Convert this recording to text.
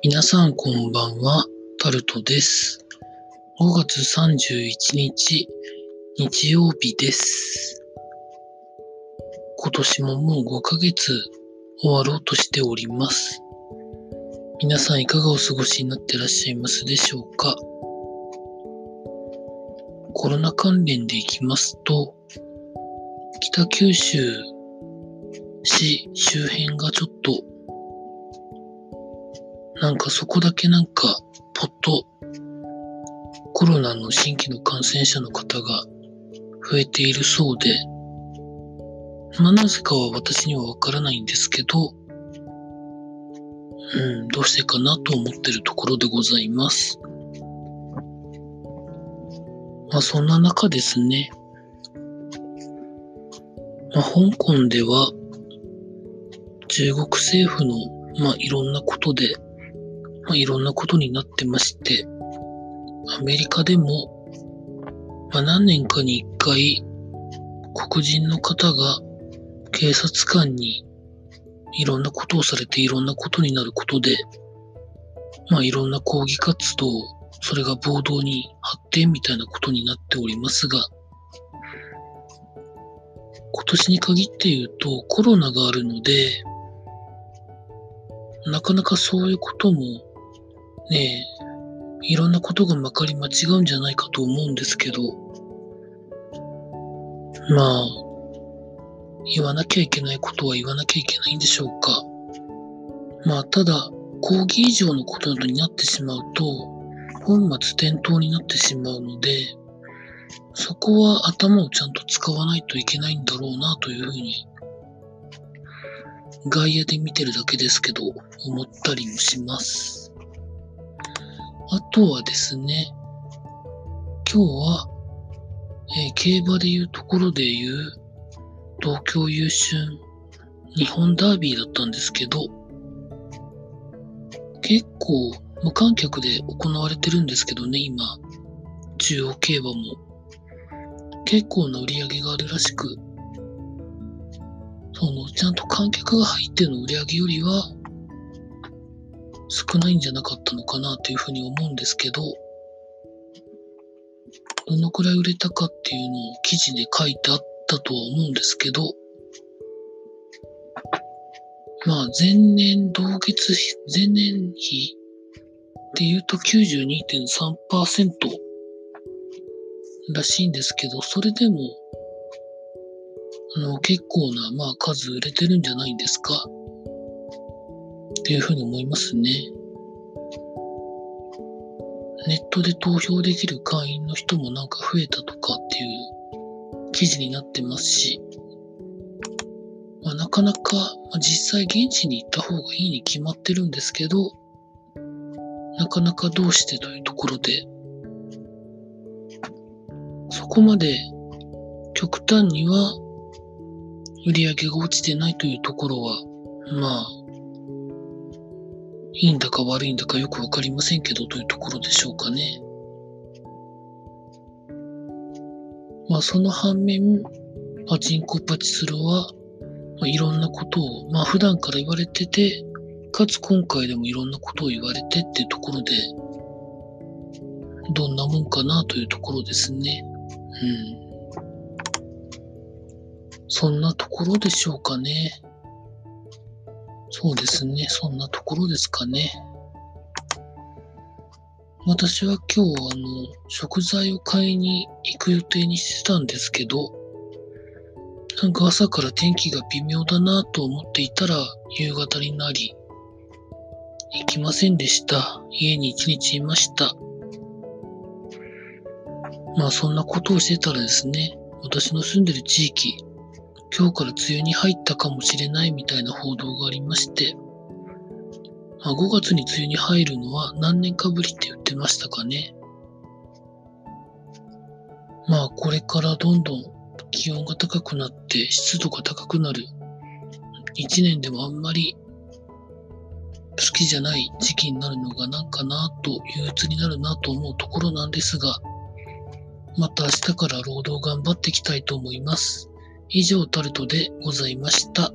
皆さんこんばんは、タルトです。5月31日、日曜日です。今年ももう5ヶ月終わろうとしております。皆さんいかがお過ごしになってらっしゃいますでしょうか。コロナ関連でいきますと、北九州市周辺がちょっとそこだけポッとコロナの新規の感染者の方が増えているそうで、なぜかは私にはわからないんですけど、どうしてかなと思っているところでございます。そんな中ですね、香港では中国政府のいろんなことでいろんなことになってまして、アメリカでも何年かに一回黒人の方が警察官にいろんなことをされていろんなことになることで、いろんな抗議活動、それが暴動に発展みたいなことになっておりますが、今年に限って言うとコロナがあるので、なかなかそういうこともいろんなことがまかり間違うんじゃないかと思うんですけど、言わなきゃいけないことは言わなきゃいけないんでしょうか。ただ、抗議以上のことなどになってしまうと、本末転倒になってしまうので、そこは頭をちゃんと使わないといけないんだろうなというふうに、外野で見てるだけですけど、思ったりもします。あとはですね、今日は、競馬でいうところでいう東京優駿日本ダービーだったんですけど、結構無観客で行われてるんですけどね、今、中央競馬も結構な売り上げがあるらしく、ちゃんと観客が入っての売り上げよりは少ないんじゃなかったのかなというふうに思うんですけど、どのくらい売れたかっていうのを記事で書いてあったとは思うんですけど、前年比で言うと 92.3% らしいんですけど、それでも結構な数売れてるんじゃないんですかっていうふうに思いますね。ネットで投票できる会員の人も増えたとかっていう記事になってますし、なかなか実際現地に行った方がいいに決まってるんですけど、なかなかどうしてというところで、そこまで極端には売り上げが落ちてないというところは、いいんだか悪いんだかよくわかりませんけどというところでしょうかね。その反面、パチンコパチスロはいろんなことを、普段から言われてて、かつ今回でもいろんなことを言われてっていうところで、どんなもんかなというところですね。そんなところでしょうかね。そうですね。そんなところですかね。私は今日食材を買いに行く予定にしてたんですけど、朝から天気が微妙だなと思っていたら夕方になり、行きませんでした。家に一日いました。そんなことをしてたらですね、私の住んでる地域、今日から梅雨に入ったかもしれないみたいな報道がありまして、5月に梅雨に入るのは何年かぶりって言ってましたかね。これからどんどん気温が高くなって湿度が高くなる1年でもあんまり好きじゃない時期になるのが憂鬱になるなと思うところなんですが、また明日から労働頑張っていきたいと思います。以上タルトでございました。